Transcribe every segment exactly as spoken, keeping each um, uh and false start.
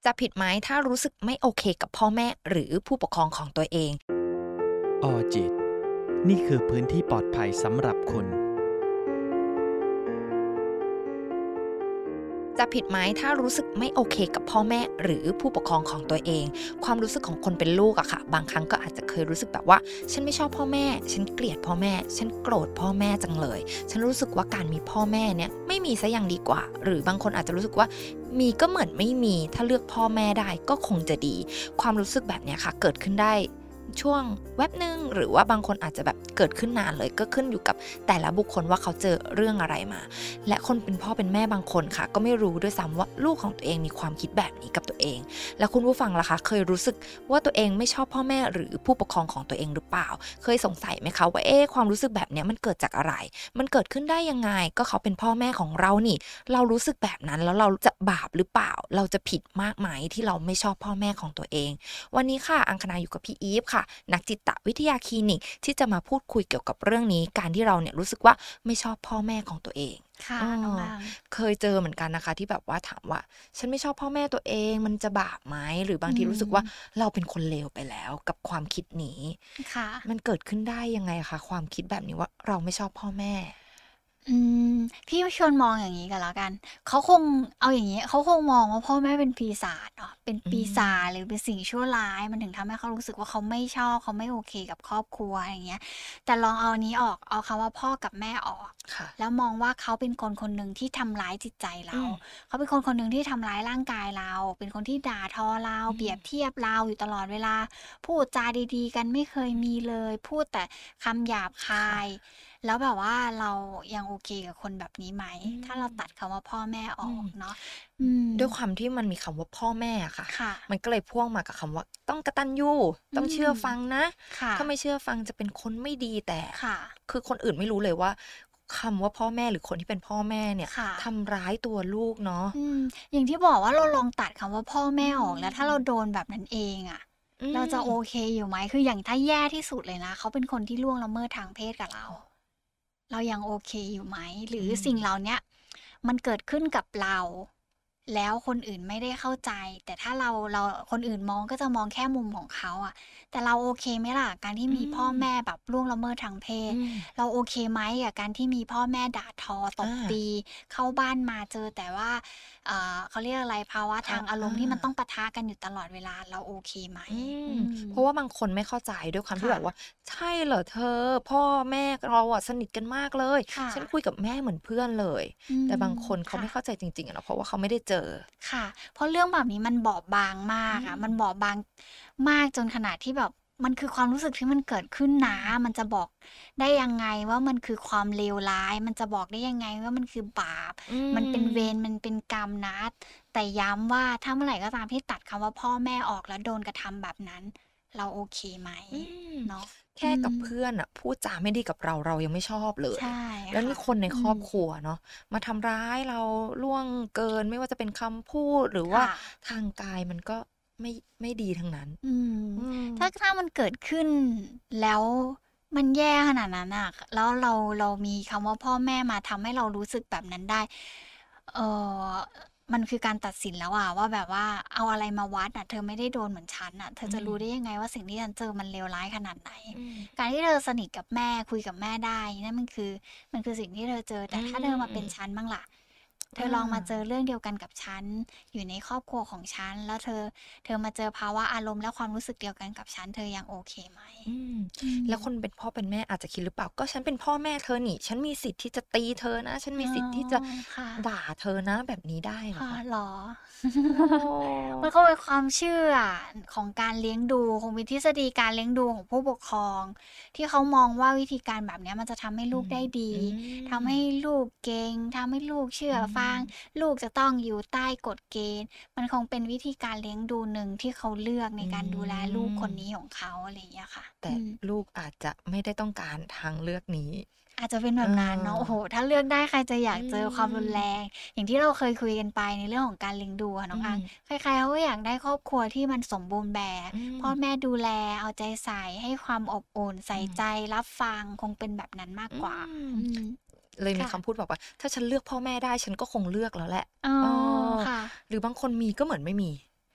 จะผิดไหมถ้ารู้สึกไม่โอเคกับพ่อแม่หรือผู้ปกครองของตัวเองออจิตนี่คือพื้นที่ปลอดภัยสำหรับคุณจะผิดไหมถ้ารู้สึกไม่โอเคกับพ่อแม่หรือผู้ปกครองของตัวเองความรู้สึกของคนเป็นลูกอะค่ะบางครั้งก็อาจจะเคยรู้สึกแบบว่าฉันไม่ชอบพ่อแม่ฉันเกลียดพ่อแม่ฉันโกรธพ่อแม่จังเลยฉันรู้สึกว่าการมีพ่อแม่เนี่ยไม่มีซะอย่างดีกว่าหรือบางคนอาจจะรู้สึกว่ามีก็เหมือนไม่มีถ้าเลือกพ่อแม่ได้ก็คงจะดีความรู้สึกแบบนี้ค่ะเกิดขึ้นได้ช่วงแวบนึงหรือว่าบางคนอาจจะแบบเกิดขึ้นนานเลยก็ขึ้นอยู่กับแต่ละบุคคลว่าเขาเจอเรื่องอะไรมาและคนเป็นพ่อเป็นแม่บางคนค่ะก็ไม่รู้ด้วยซ้ำว่าลูกของตัวเองมีความคิดแบบนี้กับตัวเองแล้วคุณผู้ฟังล่ะคะเคยรู้สึกว่าตัวเองไม่ชอบพ่อแม่หรือผู้ปกครองของตัวเองหรือเปล่าเคยสงสัยไหมคะว่าเอ๊ะความรู้สึกแบบนี้มันเกิดจากอะไรมันเกิดขึ้นได้ยังไงก็เขาเป็นพ่อแม่ของเรานี่เรารู้สึกแบบนั้นแล้วเราจะบาปหรือเปล่าเราจะผิดมากไหมที่เราไม่ชอบพ่อแม่ของตัวเองวันนี้ค่ะอังคณาอยู่กับพี่อีฟค่ะนักจิตวิทยาคลินิกที่จะมาพูดคุยเกี่ยวกับเรื่องนี้การที่เราเนี่ยรู้สึกว่าไม่ชอบพ่อแม่ของตัวเองค่ะน้องอังเคยเจอเหมือนกันนะคะที่แบบว่าถามว่าฉันไม่ชอบพ่อแม่ตัวเองมันจะบาปไหมหรือบางทีรู้สึกว่าเราเป็นคนเลวไปแล้วกับความคิดนี้ค่ะมันเกิดขึ้นได้ยังไงคะความคิดแบบนี้ว่าเราไม่ชอบพ่อแม่อืมพี่ชวนมองอย่างนี้กันแล้วกันเขาคงเอาอย่างนี้เขาคงมองว่าพ่อแม่เป็นปีศาจเนาะเป็นปีศาจหรือเป็นสิ่งชั่วร้ายมันถึงทำให้เขารู้สึกว่าเขาไม่ชอบเขาไม่โอเคกับครอบครัวอย่างเงี้ยแต่ลองเอาอันนี้ออกเอาคำว่าพ่อกับแม่ออกแล้วมองว่าเขาเป็นคนคนหนึ่งที่ทำร้ายจิตใจเราเขาเป็นคนคนหนึ่งที่ทำร้ายร่างกายเราเป็นคนที่ด่าทอเราเปรียบเทียบเราอยู่ตลอดเวลาพูดจาดีๆกันไม่เคยมีเลยพูดแต่คำหยาบคายแล้วแบบว่าเรายังโอเคกับคนแบบนี้ไหมถ้าเราตัดคำว่าพ่อแม่ออกเนาะด้วยความที่มันมีคำว่าพ่อแม่ค่ะมันก็เลยพ่วงมากับคำว่าต้องกตัญญูต้องเชื่อฟังนะถ้าไม่เชื่อฟังจะเป็นคนไม่ดีแต่คือคนอื่นไม่รู้เลยว่าคำว่าพ่อแม่หรือคนที่เป็นพ่อแม่เนี่ยทำร้ายตัวลูกเนาะอย่างที่บอกว่าเราลองตัดคำว่าพ่อแม่ออกแล้วถ้าเราโดนแบบนั้นเองอะเราจะโอเคอยู่ไหมคืออย่างถ้าแย่ที่สุดเลยนะเขาเป็นคนที่ล่วงละเมิดทางเพศกับเราเรายังโอเคอยู่ไหมหรือสิ่งเหล่านี้มันเกิดขึ้นกับเราแล้วคนอื่นไม่ได้เข้าใจแต่ถ้าเราเราคนอื่นมองก็จะมองแค่มุมของเขาอะแต่เราโอเคไหมล่ะการที่มีพ่อแม่แบบล่วงละเมิดทางเพศเราโอเคไหมกับการที่มีพ่อแม่ด่าทอตบตีเข้าบ้านมาเจอแต่ว่าเขาเรียกอะไรภาวะทางอารมณ์ที่มันต้องปะทะกันอยู่ตลอดเวลาเราโอเคไหมเพราะว่าบางคนไม่เข้าใจด้วยความที่แบบว่าใช่เหรอเธอพ่อแม่เราอะสนิทกันมากเลยฉันคุยกับแม่เหมือนเพื่อนเลยแต่บางคนเขาไม่เข้าใจจริงๆอะเพราะว่าเขาไม่ได้เจอค่ะเพราะเรื่องแบบนี้มันบอบบางมากอะมันบอบบางมากจนขนาดที่แบบมันคือความรู้สึกที่มันเกิดขึ้นนะมันจะบอกได้ยังไงว่ามันคือความเลวร้ายมันจะบอกได้ยังไงว่ามันคือบาปมันเป็นเวรมันเป็นกรรมนะแต่ย้ำว่าถ้าเมื่อไหร่ก็ตามที่ตัดคำว่าพ่อแม่ออกแล้วโดนกระทำแบบนั้นเราโอเคไหมเนาะแค่กับเพื่อนอะพูดจาไม่ดีกับเราเรายังไม่ชอบเลยแล้วนี่คนในครอบครัวเนาะมาทำร้ายเราล่วงเกินไม่ว่าจะเป็นคำพูดหรือว่าทางกายมันก็ไม่ไม่ดีทั้งนั้นถ้าถ้ามันเกิดขึ้นแล้วมันแย่ขนาดนั้นอะแล้วเราเรามีคำว่าพ่อแม่มาทำให้เรารู้สึกแบบนั้นได้เออมันคือการตัดสินแล้วอะว่าแบบว่าเอาอะไรมาวัดอะเธอไม่ได้โดนเหมือนฉันอะเธอจะรู้ได้ยังไงว่าสิ่งที่ฉันเจอมันเลวร้ายขนาดไหนการที่เธอสนิทกับแม่คุยกับแม่ได้นั่นมันคือมันคือสิ่งที่เธอเจอแต่ถ้าเธอมาเป็นฉันบ้างล่ะเธอลองมาเจอเรื่องเดียวกันกับฉันอยู่ในครอบครัวของฉันแล้วเธอเธอมาเจอภาวะอารมณ์และความรู้สึกเดียวกันกับฉันเธอยังโอเคไหมแล้วคนเป็นพ่อเป็นแม่อาจจะคิดหรือเปล่าก็ฉันเป็นพ่อแม่เธอนี่ฉันมีสิทธิ์ที่จะตีเธอนะฉันมีสิทธิ์ที่จะด่าเธอนะแบบนี้ได้เหรอหรอมันก็เป็นความเชื่อของการเลี้ยงดูคงเป็นทฤษฎีการเลี้ยงดูของผู้ปกครองที่เขามองว่าวิธีการแบบนี้มันจะทำให้ลูกได้ดีทำให้ลูกเก่งทำให้ลูกเชื่อฟังลูกจะต้องอยู่ใต้กฎเกณฑ์มันคงเป็นวิธีการเลี้ยงดูหนึ่งที่เขาเลือกในการดูแลลูกคนนี้ของเขาอะไรอย่างเงี้ยค่ะแต่ลูกอาจจะไม่ได้ต้องการทางเลือกนี้อาจจะเป็นแบบนั้นเนาะโอ้โหถ้าเลือกได้ใครจะอยากเจอความรุนแรงอย่างที่เราเคยคุยกันไปในเรื่องของการเลี้ยงดูค่ะน้องอังใครๆเขาก็อยากได้ครอบครัวที่มันสมบูรณ์แบบพ่อแม่ดูแลเอาใจใส่ให้ความอบอุ่นใส่ใจรับฟังคงเป็นแบบนั้นมากกว่าเลยมีคำพูดบอกว่าถ้าฉันเลือกพ่อแม่ได้ฉันก็คงเลือกแล้วแหละอ๋อค่ะหรือบางคนมีก็เหมือนไม่มี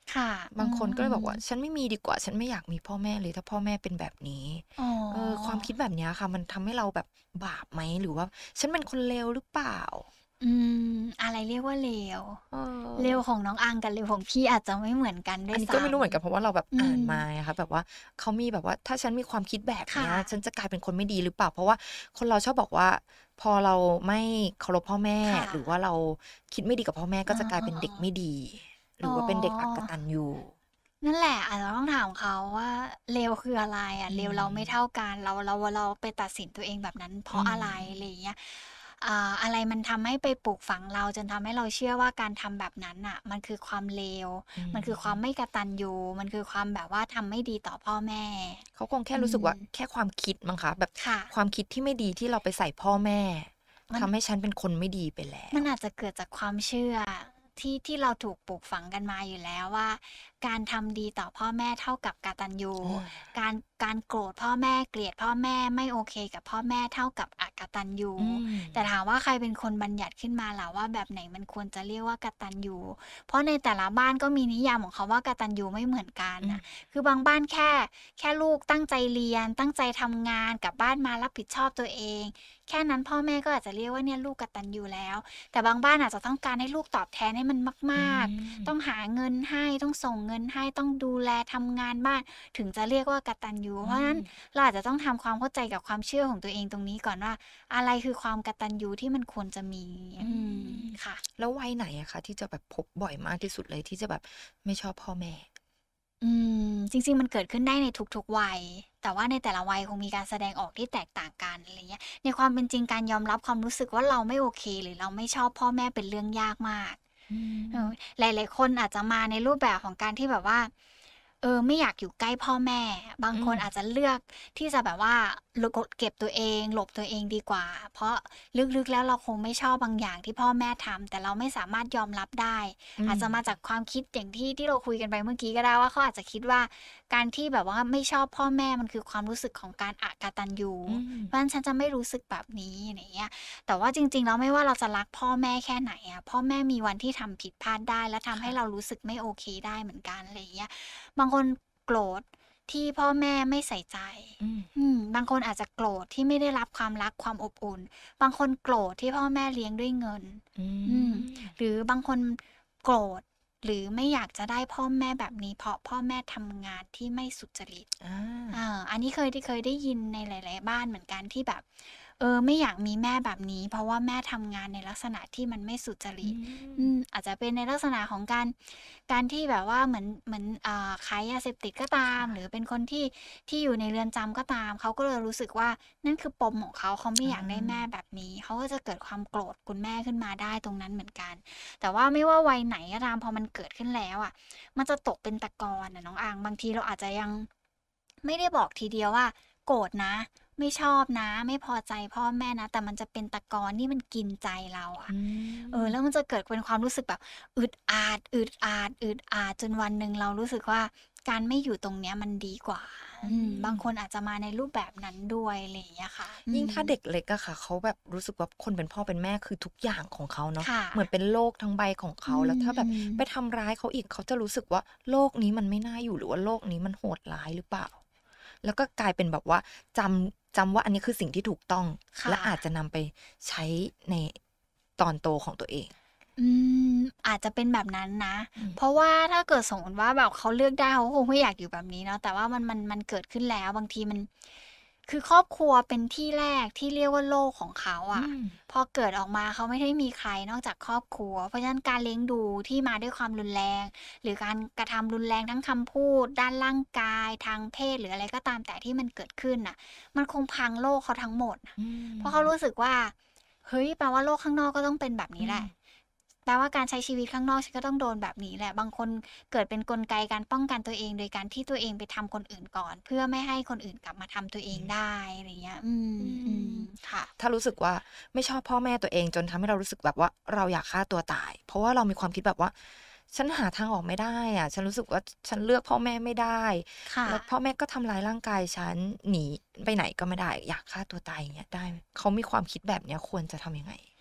ค่ะบางคนก็เลยบอกว่าอืมฉันไม่มีดีกว่า ฉันไม่อยากมีพ่อแม่เลย ถ้าพ่อแม่เป็นแบบนี้อ๋อเออ ความคิดแบบเนี้ยค่ะ มันทำให้เราแบบบาปไหม? หรือว่าฉันเป็นคนเลวหรือเปล่า? อืม อะไรเรียกว่าเลวเอเลวอของน้องอังกับเลวของพี่อาจจะไม่เหมือนกันด้อวันยซนี้ก็้ไม่รู้เหมือนกัน เพราะว่าเราแบบำ อือ่านมมาไงคะ แบบว่าเขามีแบบว่า ถ้าฉันมีความคิดแบบคเ่นี้ยะฉันจะกลายเป็นคนไม่ดีหรือเปล่า? เพราะว่าคนเราชอบบอกว่า พอเราไม่เคารพพ่อแม่ค่หรือะว่าเราคิดไม่ดีกับพ่อแม่ ก็จะกลายเป็นเด็กเออ ๆ ๆไม่ดี หรอื๋ออว่าเป็นเด็กอกตัญญูนั่นแหละ อาจจะต้องถามเขาว่า เลวคืออะไรอะ? อืเลวเราไม่เท่มากัน เรา เรา เราไปตัดสินตัวเองแบบนั้นเพอืราะอะไร? มอะไรอย่างเงี้ย อ่า อะไรมันทำให้ไปปลูกฝังเรา จนทำให้เราเชื่อว่า การทำแบบนั้นน่ะ มันคือความเลวอืมันคือความมไม่กตัญญู มันคือความแบบว่าทำไม่ดีต่อพ่อแม่เขาคงแค่อืรู้สึกว่ามแค่ความคิดมั้งคะ แบบค่ะความคิดที่ไม่ดีที่เราไปใส่พ่อแม่มันทำให้ฉันเป็นคนไม่ดีไปแล้มันวอาจจะเกิดจากความเชื่อ ที่ ที่เราถูกปลูกฝังกันมาอยู่แล้วว่า การทำดีต่อพ่อแม่เท่ากับกตัญญูอาการ การโกรธพ่อแม่ เกลียดพ่อแม่ ไม่โอเคกับพ่อแม่เท่ากับอกตัญญูอืแต่มถามว่าใครเป็นคนบัญญัติขึ้นมาล่ะว่า แบบไหนมันควรจะเรียกว่ากตัญญู เพราะในแต่ละบ้านก็มีนิยามของคำว่ากตัญญูไม่เหมือนกันอืมน่ะ คือบางบ้านแค่ แค่ลูกตั้งใจเรียน ตั้งใจทำงาน กลับบ้านมารับผิดชอบตัวเอง แค่นั้นพ่อแม่ก็อาจจะเรียกว่า เนี่ยลูกกตัญญูแล้ว แต่บางบ้านอาจจะต้องการให้ลูกตอบแทนให้มันมอืาก ๆ ต้อมงหาเงินให้ ต้องส่งเงินให้ ต้องดูแลทำงานบ้าน ถึงจะเรียกว่ากตัญญูอืเพราะฉะนั้นมเราอาจจะต้องทำความเข้าใจกับความเชื่อของตัวเองตรงนี้ก่อนว่า อะไรคือความกตัญญูที่มันควรจะมีอือืมมค่ะแล้ววัยไหนอะคะ ที่จะแบบพบบ่อยมากที่สุดเลย ที่จะแบบไม่ชอบพ่อแม่? อืม จริง ๆ มันเกิดขึ้นได้ในทุก ๆ วัย แต่ว่าในแต่ละวัยคงมีการแสดงออกที่แตกต่างกัน อะไรเงี้ย ในความเป็นจริงการยอมรับความรู้สึกว่า เราไม่โอเค หรือเราไม่ชอบพ่อแม่เป็นเรื่องยากมากอืเออมหลาย ๆ คนอาจจะมาในรูปแบบของการที่แบบว่า เออ ไม่อยากอยู่ใกล้พ่อแม่ บางอืมคนอาจจะเลือกที่จะแบบว่า ล ก เก็บตัวเอง หลบตัวเองดีกว่า เพราะลึก ๆ แล้วเราคงไม่ชอบบางอย่างที่พ่อแม่ทำ แต่เราไม่สามารถยอมรับได้อือาจจะมามจากความคิดอย่างที่ ที่เราคุยกันไปเมื่อกี้ก็ได้ว่า เขาอาจจะคิดว่า การที่แบบว่าไม่ชอบพ่อแม่ มันคือความรู้สึกของการอกตัญญูอืเพมราะฉะนั้นฉันจะไม่รู้สึกแบบนี้ อะไรเงี้ย แต่ว่าจริง ๆ แล้วไม่ว่าเราจะรักพ่อแม่แค่ไหนอะ พ่อแม่มีวันที่ทำผิดพลาดได้ และทคำใ่ห้ะเรารู้สึกไม่โอเคได้เหมือนกัน อะไรอย่างเงี้ย บางคนโกรธที่พ่อแม่ไม่ใส่ใจอืมอืม บางคนอาจจะโกรธที่ไม่ได้รับความรัก ความอบอุ่น บางคนโกรธที่พ่อแม่เลี้ยงด้วยเงินอือืมมหรือบางคนโกรธ หรือไม่อยากจะได้พ่อแม่แบบนี้ เพราะพ่อแม่ทำงานที่ไม่สุจริตอาอ่า อันนี้เคย ท เคยได้ยินในหลาย ๆ บ้านเหมือนกันที่แบบ เออ ไม่อยากมีแม่แบบนี้ เพราะว่าแม่ทำงานในลักษณะที่มันไม่สุจอรืิต อืมม อาจจะเป็นในลักษณะของการ การที่แบบว่าเหมือน เหมือน อ่า ขายยาเสพติดก็ตาคม่หรืะอเป็นคนที่ ที่อยู่ในเรือนจำก็ตาม เขาก็เลยรู้สึกว่า นั่นคือปมของเขา เขาไม่ออยากได้แม่าแบบนี้ เขาก็จะเกิดความโกรธคุณแม่ขึ้นมาได้ตรงนั้นเหมือนกัน แต่ว่าไม่ว่าวัยไหนก็ตาม พอมันเกิดขึ้นแล้วอะ มันจะตกเป็นตะกอนอะน้องอัง บางทีเราอาจจะยัง ไม่ได้บอกทีเดียวว่า โกรธนะ ไม่ชอบนะ ไม่พอใจพ่อแม่นะ แต่มันจะเป็นตะกอนที่มันกินใจเราออืะ เออ แล้มวมันจะเกิดเป็นความรู้สึกแบบอึดอาด อึดอาด อึดอาด จนวันหนึ่งเรารู้สึกว่า การไม่อยู่ตรงเนี้ยมันดีกว่าอือืม บางคมนอาจจะมาในรูปแบบนั้นด้วย อะไรอย่างเงี้ยค่ะ อืยิ่งถ้าเมด็กเล็กอะค่ะ เขาแบบรู้สึกว่า คนเป็นพ่อเป็นแม่คือทุกอย่างของเขาเนาะค่เหมือนะเป็นโลกทั้งใบของเขอืา แล้วถ้าแบบมไปๆทำร้ายเขาอีก เขาจะรู้สึกว่า โลกนี้มันไม่น่าอยู่ หรือว่าโลกนี้มันโหดร้ายหรือเปล่า? แล้วก็กลายเป็นแบบว่า จำ จำว่าอันนี้คือสิ่งที่ถูกต้องค่และอาจะจะนำไปใช้ในตอนโตของตัวเองอืม อาจจะเป็นแบบนั้นนะอืมเพราะว่าถ้าเกิดสมมุติว่าแบบเขาเลือกได้ เขาก็คงไม่อยากอยู่แบบนี้เนาะ แต่ว่ามัน มัน มันเกิดขึ้นแล้ว บางทีมัน คือครอบครัวเป็นที่แรกที่เรียกว่าโลกของเขาอือะมพอเกิดออกมาเขาไม่ได้มีใครนอกจากครอบครัว เพราะฉะนั้นการเลี้ยงดูที่มาด้วยความรุนแรง หรือการกระทำรุนแรงทั้งคำพูด ด้านร่างกาย ทางเพศ หรืออะไรก็ตามแต่ที่มันเกิดขึ้นน่ะ มันคงพังโลกเขาทั้งหมดน่ะอืเพราะเขามรู้สึกว่า เฮ้ย แปลว่าโลกข้างนอกก็ต้องเป็นแบบนอืี้แหละมแปลว่าการใช้ชีวิตข้างนอกฉันก็ต้องโดนแบบนี้แหละ บางคนเกิดเป็นกลไกการป้องกันตัวเอง โดยการที่ตัวเองไปทำคนอื่นก่อน เพื่อไม่ให้คนอื่นกลับมาทำตัวเออืมงได้ อะไรอย่างเงี้ย อือืมมๆ ค่ะถ้ารู้สึกว่า ไม่ชอบพ่อแม่ตัวเอง จนทำให้เรารู้สึกแบบว่า เราอยากฆ่าตัวตาย เพราะว่าเรามีความคิดแบบว่า ฉันหาทางออกไม่ได้อะ ฉันรู้สึกว่า ฉ ฉันเลือกพ่อแม่ไม่ได้ค่แล้วะพ่อแม่ก็ทำร้ายร่างกายฉัน หนีไปไหนก็ไม่ได้ อยากฆ่าตัวตาย อย่างเงี้ย ได้ไหม? เขามีความคิดแบบเนี้ย ควรจะทำยังไง? เ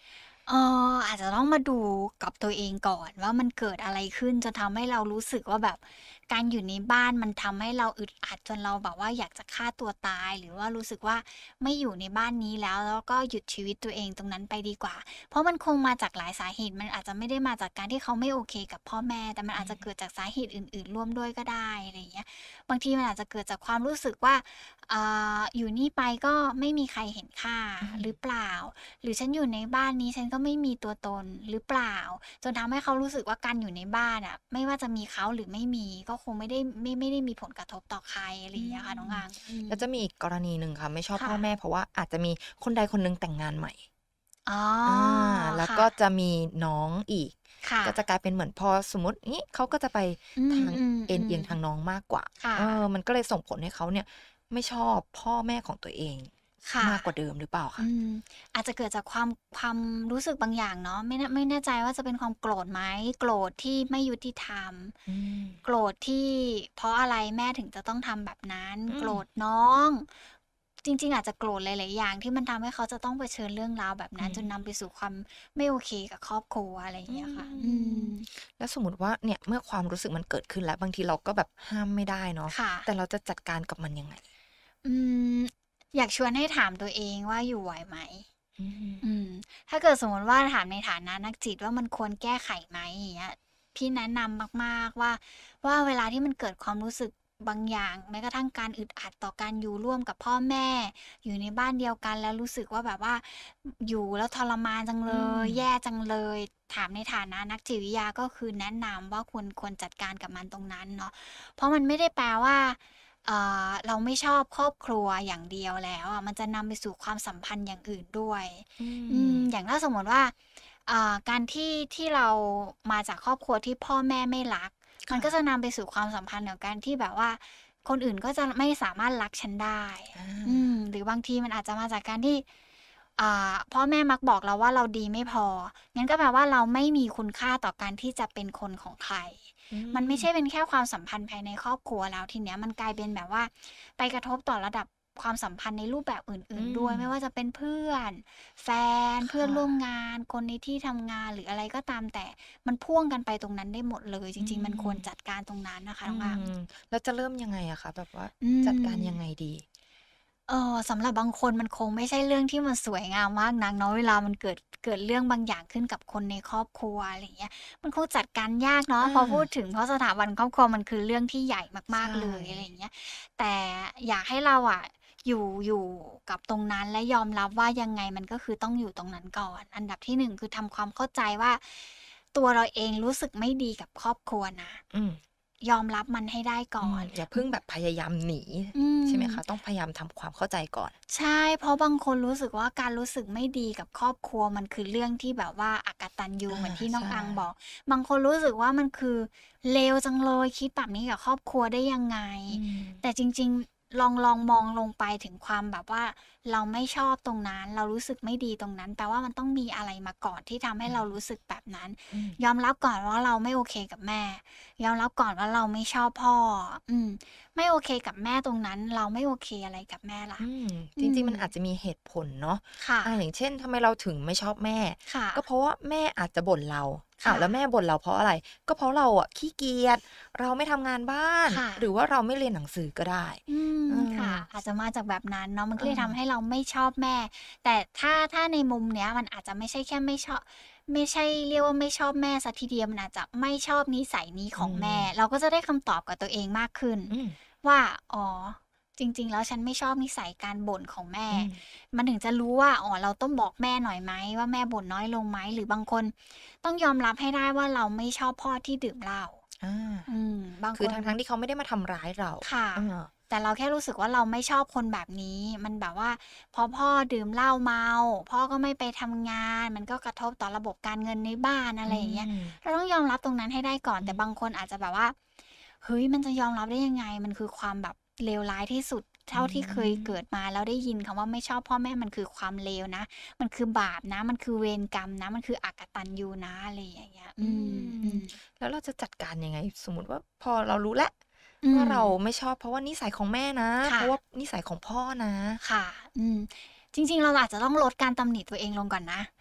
เอ่อ อาจจะต้องมาดูกับตัวเองก่อนว่า มันเกิดอะไรขึ้นจนทำให้เรารู้สึกว่าแบบ การอยู่ในบ้านมันทำให้เราอึดอัดจนเราแบบว่าอยากจะฆ่าตัวตาย หรือว่ารู้สึกว่าไม่อยู่ในบ้านนี้แล้ว แล้วก็หยุดชีวิตตัวเองตรงนั้นไปดีกว่า เพราะมันคงมาจากหลายสาเหตุ มันอาจจะไม่ได้มาจากการที่เขาไม่โอเคกับพ่อแม่ แต่มันอือาจจะเกมิดจากสาเหตุอื่น ๆ ร่วมด้วยก็ได้ อะไรอย่างเงี้ย บางทีมันอาจจะเกิดจากความรู้สึกว่า อ่า อยู่นี่ไปก็ไม่มีใครเห็นค่าอืมหรือเปล่า หรือฉันอยู่ในบ้านนี้ฉันก็ไม่มีตัวตนหรือเปล่า จนทำให้เขารู้สึกว่า การอยู่ในบ้านอะ ไม่ว่าจะมีเขาหรือไม่มี ก็คงไม่ได้ ไม่ ไม่ได้มีผลกระทบต่อใคร อะไรออืย่างเงี้ยค่ะน้องมอัง อืแล้วจะมมีอีกกรณีหนึ่งค่ะ ไม่ชอบค่พ่อแะม่ เพราะว่าอาจจะมีคนใดคนหนึ่งแต่งงานใหม่อ๋ออา แล้วค่ก็ะจะมีน้องอีกค่ก็ะจะกลายเป็นเหมือนพอสมมุติงี้ เขาก็จะไปอืทาง เอมนเอียงทางๆน้องมากกว่าๆ ค่เออะมันก็เลยส่งผลให้เขาเนี่ยไม่ชอบพ่อแม่ของตัวเองค่ะมากกว่าเดิมหรือเปล่าคอืะ? ม อาจจะเกิดจากความ ความรู้สึกบางอย่างเนาะ ไม่แน่ ไม่แน่ใจว่าจะเป็นความโกรธไหม โกรธที่ไม่ยุติธรรมอืมโกรธที่เพราะอะไรแม่ถึงจะต้องทำแบบนั้นอืโกรมธน้อง จริง ๆ อาจจะโกรธหลาย ๆ อย่างที่มันทำให้เขาจะต้องเผชิญเรื่องราวแบบอนืั้น จนนำไปมสู่ความไม่โอเคกับครอบครัว อะไรอย่าองืเงี้ยค่ะ อืมมแล้วสมมุติว่า เนี่ย เมื่อความรู้สึกมันเกิดขึ้นแล้ว บางทีเราก็แบบห้ามไม่ได้เนาะค่แตะ่เราจะจัดการกับมันยังไง? อืม อยากชวนให้ถามตัวเองว่า อยู่ไหวไหม? อืมอืม ถ้าเกิดสมมุติว่า ถามในฐานะนักจิตว่า มันควรแก้ไขไหม อย่างเงี้ย พี่แนะนำมาก ๆ ว่า ว่าเวลาที่มันเกิดความรู้สึกบางอย่าง แม้กระทั่งการอึดอัดต่อการอยู่ร่วมกับพ่อแม่ อยู่ในบ้านเดียวกัน แล้วรู้สึกว่าแบบว่า อยู่แล้วทรมานจังอืเลย แยม่จังเลย ถามในฐานะนักจิตวิทยา ก็คือแนะนำว่า ควร ควรจัดการกับมันตรงนั้นเนาะ เพราะมันไม่ได้แปลว่า อ่า เราไม่ชอบครอบครัวอย่างเดียวแล้วอะ มันจะนำไปสู่ความสัมพันธ์อย่างอื่นด้วยอือืมมอย่างถ้าสมมุติว่า อ่า การที่ ที่เรามาจากครอบครัวที่พ่อแม่ไม่รักคมั่นก็ะจะนำไปสู่ความสัมพันธ์ของการที่แบบว่า คนอื่นก็จะไม่สามารถรักฉันได้ออืาม หรือบางทีมันอาจจะมาจากการที่ อ่า พ่อแม่มักบอกเราว่า เราดีไม่พอ งั้นก็แปลว่า เราไม่มีคุณค่าต่อการที่จะเป็นคนของใครอืมันไม่ใช่มเป็นแค่ความสัมพันธ์ภายในครอบครัวแล้ว ทีเนี้ยมันกลายเป็นแบบว่า ไปกระทบต่อระดับความสัมพันธ์ในรูปแบบออืื่น ๆ ด้วย ไม่มว่าจะเป็นเพื่อน แฟนคเพื่อ่นร่วมะงาน คนในที่ทำงาน หรืออะไรก็ตามแต่ มันพ่วงกันไปตรงนั้นได้หมดเลย จอืริง ๆ มันควรมจัดการตรงนั้นน่ะค่ะอืน้องอังม แล้วจะเริ่มยังไงอะคะ? แบบว่าอืจัดการมยังไงดี? เอ่อ สำหรับบางคนมันคงไม่ใช่เรื่องที่มันสวยงามมากนักเนาะ เวลามันเกิด เกิดเรื่องบางอย่างขึ้นกับคนในครอบครัว อะไรอย่างเงี้ย มันคงจัดการยากเนาะอพอพูดาถึง เพราะสถาบันครอบครัวมันคือเรื่องที่ใหญ่ใมชาก ๆ เลย อะไรอ่ย่างเงี้ย แต่อยากให้เราอะอยู่ อยู่กับตรงนั้น และยอมรับว่า ยังไงมันก็คือต้องอยู่ตรงนั้นก่อน อันดับที่ หนึ่ง คือทำความเข้าใจว่า ตัวเราเองรู้สึกไม่ดีกับครอบครัวนะอืมยอมรับมันให้ได้กอื่อมนอย่าเพิ่งแบบพยายามหนีอืใช่ไหมคมะ? ต้องพยายามทำความเข้าใจก่อนใช่ เพราะบางคนรู้สึกว่า การรู้สึกไม่ดีกับครอบครัว มันคือเรื่องที่แบบว่าอกตัญญูอาเหมือนที่น้ใอชงอังบ่อก บางคนรู้สึกว่า มันคือเลวจังเลย คิดแบบนี้กับครอบครัวได้ยังไงอืมแต่จริง ๆ ลอง ลองมองลงไปถึงความแบบว่า เราไม่ชอบตรงนั้น เรารู้สึกไม่ดีตรงนั้น แปลว่ามันต้องมีอะไรมาก่อนที่ทำให้อืมเรารู้สึกแบบนั้นอืมยอมรับก่อนว่า เราไม่โอเคกับแม่ ยอมรับก่อนว่า เราไม่ชอบพ่อ อืม ไม่โอเคกับแม่ตรงนั้น เราไม่โอเคอะไรกับแม่ล่ะอืมอจืริง ๆ มันอาจมจะมีเหตุผลเนาะค่อาะอย่างเช่น ทำไมเราถึงไม่ชอบแม่ค่ก็ะเพราะว่าแม่อาจจะบ่นเราคอ้า่ว แล้วแะม่บ่นเราเพราะอะไร ก็เพราะเราอะขี้เกียจ เราไม่ทำงานบ้านค่หรืะอว่าเราไม่เรียนหนังสือก็ได้อืมเอค่ะออาจจะมาจากแบบนั้นเนาะ มันเก็เลยทำใออห้เราไม่ชอบแม่ แต่ถ้า ถ้าในมุมเนี้ย มันอาจจะไม่ใช่แค่ไม่ชอบ ไม่ใช่เรียกว่าไม่ชอบแม่เสียทีเดียว มันอาจจะไม่ชอบนิสัยนี้อืของแม่มเราก็จะได้คำตอบกับตัวเองมากขึ้นอืมว่า อ๋อ จริง ๆ แล้วฉันไม่ชอบนิสัยการบ่นของแม่อืมมันถึงจะรู้ว่า อ๋อ เราต้องบอกแม่หน่อยไหมว่า แม่บ่นน้อยลงไหม หรือบางคนต้องยอมรับให้ได้ว่า เราไม่ชอบพ่อที่ดื่มเหล้าอาอืม บางคืคอนทั้ง ๆ ที่เขาไม่ได้มาทำร้ายเราค่ะเออแต่เราแค่รู้สึกว่า เราไม่ชอบคนแบบนี้ มันแบบว่า พอพ่อดื่มเหล้าเมา พ่อก็ไม่ไปทำงาน มันก็กระทบต่อระบบการเงินในบ้าน อะอืไรอย่างเงี้ยมเราต้องยอมรับตรงนั้นให้ได้ก่อนอืมแต่บางคนอาจจะแบบว่า เฮ้ย มันจะยอมรับได้ยังไง มันคือความแบบเลวร้ายที่สุดเอท่าที่เคยเกิืมดมา แล้วได้ยินคำว่า ไม่ชอบพ่อแม่ มันคือความเลวนะ มันคือบาปนะ มันคือเวรกรรมนะ มันคืออกตัญญูนะ อะไรอย่างเงี้ยออืมมอืมแล้วเราจะจัดการยังไง? สมมุติว่า พอเรารู้แล้วอืว่าเรามไม่ชอบ เพราะว่านิสัยของแม่นะคเพ่ราะว่าะนิสัยของพ่อนะค่ะ อืม จริง ๆ เราอาจจะต้องลดการตำหนิตัวเองลงก่อนนะ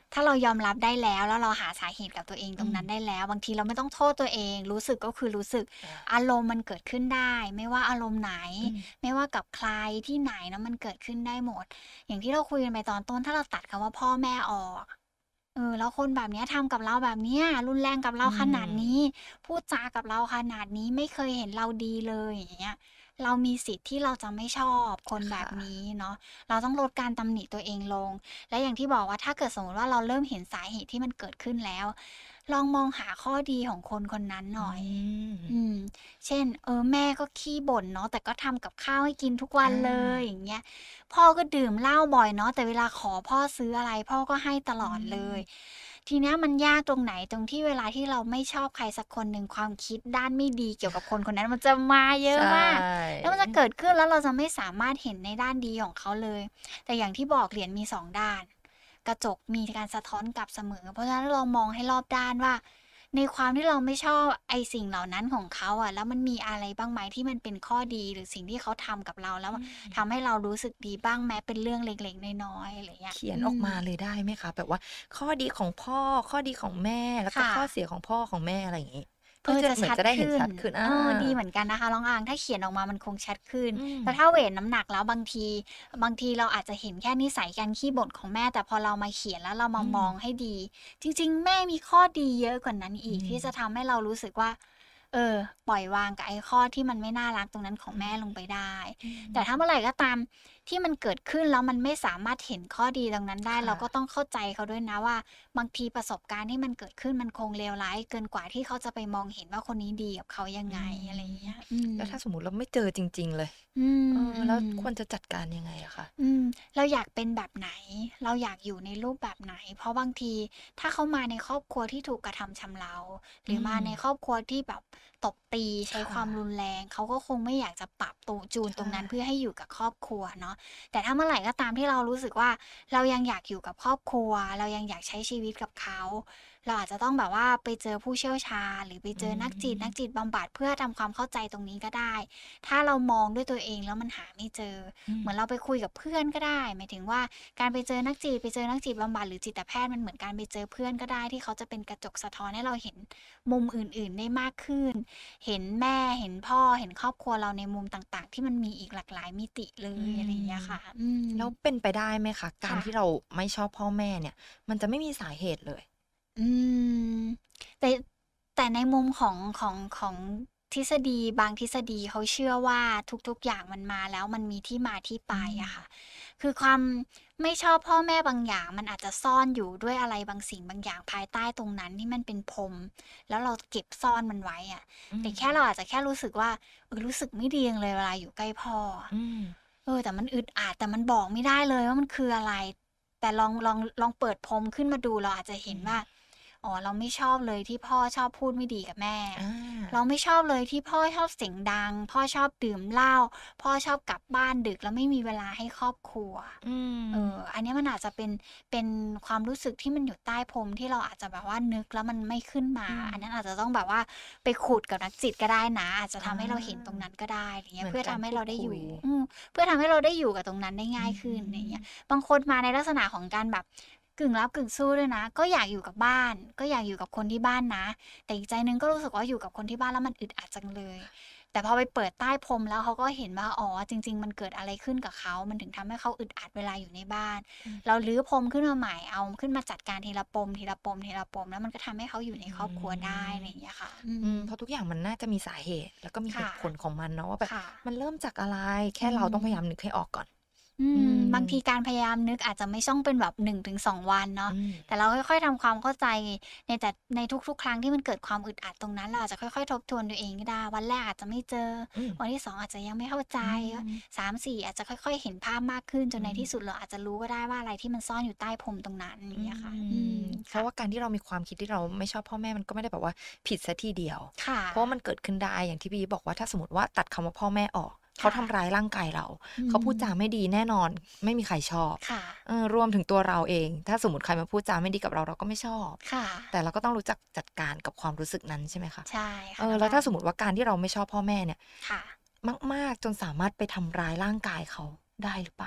ถ้าเรายอมรับได้แล้ว แล้วเราหาสาเหตุกับตัวเองตรงนั้นอืมได้แล้ว บางทีเราไม่ต้องโทษตัวเอง รู้สึกก็คือรู้สึกอาอารมณ์มันเกิดขึ้นได้ ไม่ว่าอารมณ์ไหนอืมไม่ว่ากับใคร ที่ไหนเนาะ มันเกิดขึ้นได้หมด อย่างที่เราคุยกันไปตอนต้น ถ้าเราตัดคำว่าพ่อแม่ออก เออ แล้วคนแบบเนี้ยทำกับเราแบบเนี้ย รุนแรงกับเราอืขนาดมนี้ พูดจากับเราขนาดนี้ ไม่เคยเห็นเราดีเลย อย่างเงี้ย เรามีสิทธิ์ที่เราจะไม่ชอบคนคแบ่บะนี้เนาะ เราต้องลดการตำหนิตัวเองลง และอย่างที่บอกว่า ถ้าเกิดสมมุติว่าเราเริ่มเห็นสาเหตุที่มันเกิดขึ้นแล้ว ลองมองหาข้อดีของคนคนนั้นอหืน่อย อมืม เช่น เออ แม่ก็ขี้บ่นเนาะ แต่ก็ทำกับข้าวให้กินทุกวัอนเลยาอย่างเงี้ย พ่อก็ดื่มเหล้าบ่อยเนาะ แต่เวลาขอพ่อซื้ออะไร พ่อก็ให้ตอลือดเลยมทีเนี้ยมันยากตรงไหน ตรงที่เวลาที่เราไม่ชอบใครสักคนหนึ่ง ความคิดด้านไม่ดีเกี่ยวกับคนคนนั้นมันจะมาเยใอชะมาก แล้วมันจะเ่กิดขึ้น แล้วเราจะไม่สามารถเห็นในด้านดีของเขาเลย แต่อย่างที่บอกเหรียญมี สอง ด้าน กระจกมีการสะท้อนกลับเสมอ เพราะฉะนั้นเรามองให้รอบด้านว่า ในความที่เราไม่ชอบไอ้สิ่งเหล่านั้นของเขาอะ แล้วมันมีอะไรบ้างไหมที่มันเป็นข้อดี หรือสิ่งที่เขาทำกับเรา แล้วอืทมำให้เรารู้สึกดีบ้าง แม้เป็นเรื่องเล็ก ๆ น้อย ๆ อะไรเงี้เยขียนอืออกมามเลยได้ไหมคะ? แบบว่าข้อดีของพ่อ ข้อดีของแม่ แล้วคก็่ข้อะเสียของพ่อของแม่ อะไรอย่างงี้ เพืเอ่ออจะจะชเหมือนัจดะได้ขเห็นึ้ชนัดขึ้น อเออ ดีาเหมือนกันนะคะน้องอาง ถ้าเขียนออกมามันคงชัดขึ้นอืแต่มถ้าเวตน้ำหนักแล้ว บางที บางทีเราอาจจะเห็นแค่นิสัยการขี้บ่นของแม่ แต่พอเรามาเขียน แล้วเราอมืามองมให้ดี จริง ๆ แม่มีข้อดีเยอะกว่านั้นอือีก ที่จะมทำให้เรารู้สึกว่า เออ ปล่อยวางกับไอ้ข้อที่มันไม่น่ารักตรงนั้นของอืมแม่ลงไปได้อืแต่ถ้ามเมื่อไหร่ก็ตามที่มันเกิดขึ้น แล้วมันไม่สามารถเห็นข้อดีตรงนั้นได้ค่เราก็ะต้องเข้าใจเขาด้วยนะว่า บางทีประสบการณ์ที่มันเกิดขึ้น มันคงเลวร้ายเกินกว่าที่เขาจะไปมองเห็นว่า คนนี้ดีกับเขายังอืไง อะไรมเงี้ย อืมแล้วถ้าสมมุติเราไม่เจอจริง ๆ เลยอืเออ แล้วม ๆควรจะจัดการยังไงอะคะ? อืม เราอยากเป็นแบบไหน เราอยากอยู่ในรูปแบบไหน เพราะบางทีถ้าเขามาในครอบครัวที่ถูกกระทำชำเรา หอรืือมาในมครอบครัวที่แบบตบตี ใชค้่ความะรุนแรง เขาก็คงไม่อยากจะปรับตู จูนใชตรงนั้น เพื่่อให้อยู่กับครอบครัวเนาะ แต่ถ้าเมื่อไหร่ก็ตามที่เรารู้สึกว่า เรายังอยากอยู่กับครอบครัว เรายังอยากใช้ชีวิตกับเขา เราอาจจะต้องแบบว่าไปเจอผู้เชี่ยวชาญ หรือไปอืเจอนักจิต นักมจิตบำบัด เพื่อทำความเข้าใจตรงนี้ก็ได้ ถ้าเรามองด้วยตัวเองแล้วมันหาไม่เจออืมเหมือนเราไปคุยกับเพื่อนก็ได้ หมายถึงว่า การไปเจอนักจิต ไปเจอนักจิตบำบัด หรือจิตแพทย์ มันเหมือนการไปเจอเพื่อนก็ได้ ที่เขาจะเป็นกระจกสะท้อนให้เราเห็นมุมอื่น ๆ ได้มากขึ้น เห็นแม่ เห็นพ่อ เห็นครอบครัวเราในมุมต่าง ๆ ที่มันมีอีกหลากหลายมิติเลอืย อะไรอย่างเงี้มยค่ะ อืแล้วมเป็นไปได้ไหมคะ? กคาร่ที่ะเราไม่ชอบพ่อแม่เนี่ย มันจะไม่มีสาเหตุเลยอืม แต่ แต่ในมุมของ ของ ของทฤษฎี บางทฤษฎีเขาเชื่อว่า ทุก ๆ อย่างมันมาแล้ว มันมีที่มาที่อไปือะค่ะมคือความไม่ชอบพ่อแม่บางอย่าง มันอาจจะซ่อนอยู่ด้วยอะไรบางสิ่งบางอย่างภายใต้ตรงนั้น ที่มันเป็นปม แล้วเราเก็บซ่อนมันไว้อะ แต่แค่อืมเราอาจจะแค่รู้สึกว่า เออ รู้สึกไม่ดีจังเลยเวลาอยู่ใกล้พ่ออะอืมเออ แต่มันอึดอัด แต่มันบอกไม่ได้เลยว่า มันคืออะไร แต่ลอง ลอง ลองเปิดพรมขึ้นมาดู เราอาจจะเอห็ืนว่ามอ๋อ เราไม่ชอบเลยที่พ่อชอบพูดไม่ดีกับแม่อเราาไม่ชอบเลยที่พ่อชอบเสียงดัง พ่อชอบดื่มเหล้า พ่อชอบกลับบ้านดึก แล้วไม่มีเวลาให้ครอบครัวอืเออมอันเนี้ยมันอาจจะเป็น เป็นความรู้สึกที่มันอยู่ใต้พรม ที่เราอาจจะแบบว่านึกแล้วมันไม่ขึ้นมาอือันนั้มนอาจจะต้องแบบว่าไปขุดกับนักจิตก็ได้นะ อาจจะอทาำให้เราเห็นตรงนั้นก็ได้ ไรเงีเ้ยหมืเอพนื่อกทารำใหพู้เรดาได้คอุยู่ยอืม เพื่อทำให้เราได้อยู่กับตรงนั้นได้องื่ายขึ้น ไรเงี้ยมบางคนมาในลักษณะของการแบบกึ่งรับกึ่งสู้ด้วยนะ ก็อยากอยู่กับบ้าน ก็อยากอยู่กับคนที่บ้านนะ แต่อีกใจหนึ่งก็รู้สึกว่า อยู่กับคนที่บ้านแล้วมันอึดอัดจังเลย แต่พอไปเปิดใต้พรมแล้ว เขาก็เห็นว่า อ๋อ จริง ๆ มันเกิดอะไรขึ้นกับเขา มันถึงทำให้เขาอึดอัดเวลาอยู่ในบ้านอืมเรารื้อพรมขึ้นมาใหม่ เอาขึ้นมาจัดการทีละปม ทีละปม ทีละปม แล้วมันก็ทำให้เขาอยู่ในอืครอบครัวได้ ไรมเงี้ยค่ะ อือืมมเพราะทุกอย่างมันน่าจะมีสาเหตุ แล้วก็มีคเห่ะตุผลของมันเนาะ ว่าแบบค่ะมันเริ่มจากอะไร แคอื่เราต้องพยายมามนึกให้ออกก่อนอือืม บางทีมการพยายามนึกอาจจะไม่ช่องเป็นแบบ หนึ่งถึงสอง วันเนาอะืมแต่เราค่อย ๆ ทำความเข้าใจในแต่ ในทุก ๆ ครั้งที่มันเกิดความอึดอัดตรงนั้น เราอาจจะค่อย ๆ ทบทวนตัวเองก็ได้ วันแรกอาจจะไม่เจออืมวันที่ สอง อาจจะยังไม่เข้าใจอืก็มสาม สี่ อาจจะค่อย ๆ เห็นภาพมากขึ้น จอนืในที่มสุดเราอาจจะรู้ก็ได้ว่า อะไรที่มันซ่อนอยู่ใต้พรมตรงนั้น อย่อาืงเงี้ยค่ะ อืมมเพครา่ะะว่าการที่เรามีความคิดที่เราไม่ชอบพ่อแม่ มันก็ไม่ได้แบบว่าผิดเสียทีเดียวค่เพราะว่ามัะนเกิดขึ้นได้ อย่างที่พี่อีฟบอกว่า ถ้าสมมุติว่าตัดคำว่าพ่อแม่ออก เคขา่ะทำร้ายร่างกายเราอืเขาพูดจามไม่ดี แน่นอนไม่มีใครชอบค่ะเออ รวมถึงตัวเราเอง ถ้าสมมุติใครมาพูดจาไม่ดีกับเรา เราก็ไม่ชอบค่แต่ะเราก็ต้องรู้จักจัดการกับความรู้สึกนั้น ใช่ไหมคะ? ใช่คเอ่ะอน้แองอล้วถ้าาสมงมุติว่า การที่เราไม่ชอบพ่อแม่เนี่ยค่ะมาก ๆ จนสามารถไปทำร้ายร่างกายเขาได้หรือเปล่า?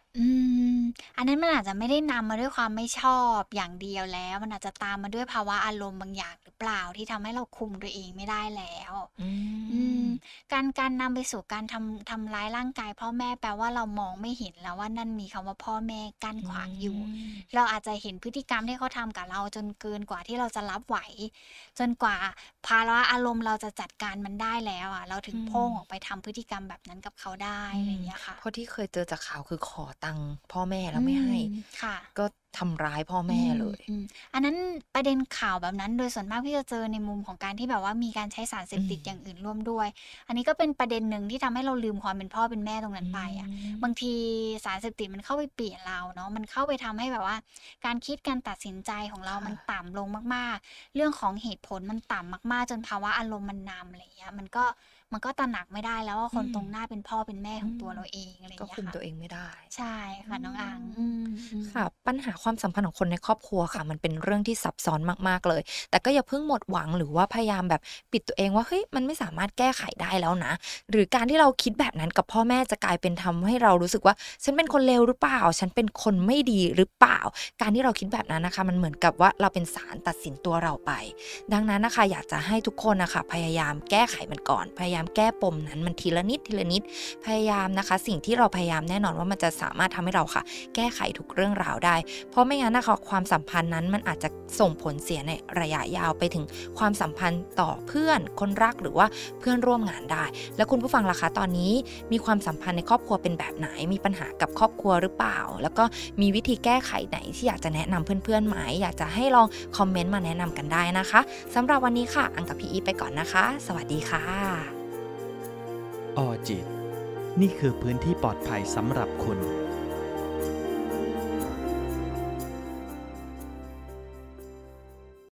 อืม อันนั้นมันอาจจะไม่ได้นำมาด้วยความไม่ชอบอย่างเดียวแล้ว มันอาจจะตามมาด้วยภาวะอารมณ์บางอย่างหรือเปล่า ที่ทำให้เราคุมตัวเองไม่ได้แล้วอือืมมการ การนำไปสู่การทำ ทำร้ายร่างกายพ่อแม่ แปลว่าเรามองไม่เห็นแล้วว่า นั่นมีคำว่าพ่อแม่กั้นอืขวางอยู่มเราอาจจะเห็นพฤติกรรมที่เขาทำกับเราจนเกินกว่าที่เราจะรับไหว จนกว่าภาวะอารมณ์เราจะจัดการมันได้แล้วอะ เราถึอืงโพ่งอมอกไปทำพฤติกรรมแบบนั้นกับเขาได้อือะไรอมย่างเงี้ยค่ะเพราะที่เคยเจอจากข่าวคือขอตังค์พ่อแม่แอล้ืวไม่ใมห้ค่ะก็ทำร้ายพ่ออแืม่มเลยอืม อันนั้นประเด็นข่าวแบบนั้น โดยส่วนมากพี่จะเจอในมุมของการที่แบบว่ามีการใช้สารเสอืพติดอย่างมอื่นร่วมด้วย อันนี้ก็เป็นประเด็นหนึ่งที่ทำให้เราลืมความเป็นพ่อเป็นแม่ตรงนั้อืนไปอะ บามงทีสารเสพติดมันเข้าไปเปลี่ยนเราเนาะ มันเข้าไปทำให้แบบว่าการคิดการตัดสินใจของเราค่มันะต่ำลงมาก ๆ เรื่องของเหตุผลมันต่ำมาก ๆ จนภาวะอารมณ์มันนำ อะไรอย่างเงี้ย มันก็ มันก็ตระหนักไม่ได้แล้วว่าอคืมนตรงหน้าเป็นพ่อเป็นแม่อขืองตัวมเราเอง อะไรอยก่า็งเงี้คยุมค่ะตัวเองไม่ได้ใช่อค่ะืน้องอังมอืมค่ะๆปัญหาความสัมพันธ์ของคนในครอบครัวค่ะ มันเป็นเรื่องที่ซับซ้อนมาก ๆ เลย แต่ก็อย่าเพิ่งหมดหวัง หรือว่าพยายามแบบปิดตัวเองว่า เฮ้ย มันไม่สามารถแก้ไขได้แล้วนะ หรือการที่เราคิดแบบนั้นกับพ่อแม่ จะกลายเป็นทำให้เรารู้สึกว่า ฉันเป็นคนเลวหรือเปล่า ฉันเป็นคนไม่ดีหรือเปล่า การที่เราคิดแบบนั้นน่ะค่ะ มันเหมือนกับว่าเราเป็นศาลตัดสินตัวเราไป ดังนั้นน่ะค่ะ อยากจะให้ทุกคนน่ะค่ะ พยายามแก้ไขมันก่อน พยายามแก้ปมนั้นมันทีละนิด ทีละนิด พยายามนะคะ สิ่งที่เราพยายามแน่นอนว่า มันจะสามารถทำให้เราค่ะ แก้ไขทุกเรื่องราวได้ เพราะไม่งั้นน่ะค่ะ ความสัมพันธ์นั้นมันอาจจะส่งผลเสียในระยะยาวไปถึงความสัมพันธ์ต่อเพื่อน คนรัก หรือว่าเพื่อนร่วมงานได้ แล้วคุณผู้ฟังล่ะคะ ตอนนี้มีความสัมพันธ์ในครอบครัวเป็นแบบไหน มีปัญหากับครอบครัวหรือเปล่า แล้วก็มีวิธีแก้ไขไหนที่อยากจะแนะนำเพื่อน ๆ ไหม อยากจะให้ลองคอมเมนต์มาแนะนำกันได้นะคะ สำหรับวันนี้ค่ะ อังกับพี่อีฟไปก่อนนะคะ สวัสดีค่ะออจิต นี่คือพื้นที่ปลอดภัยสำหรับคุณ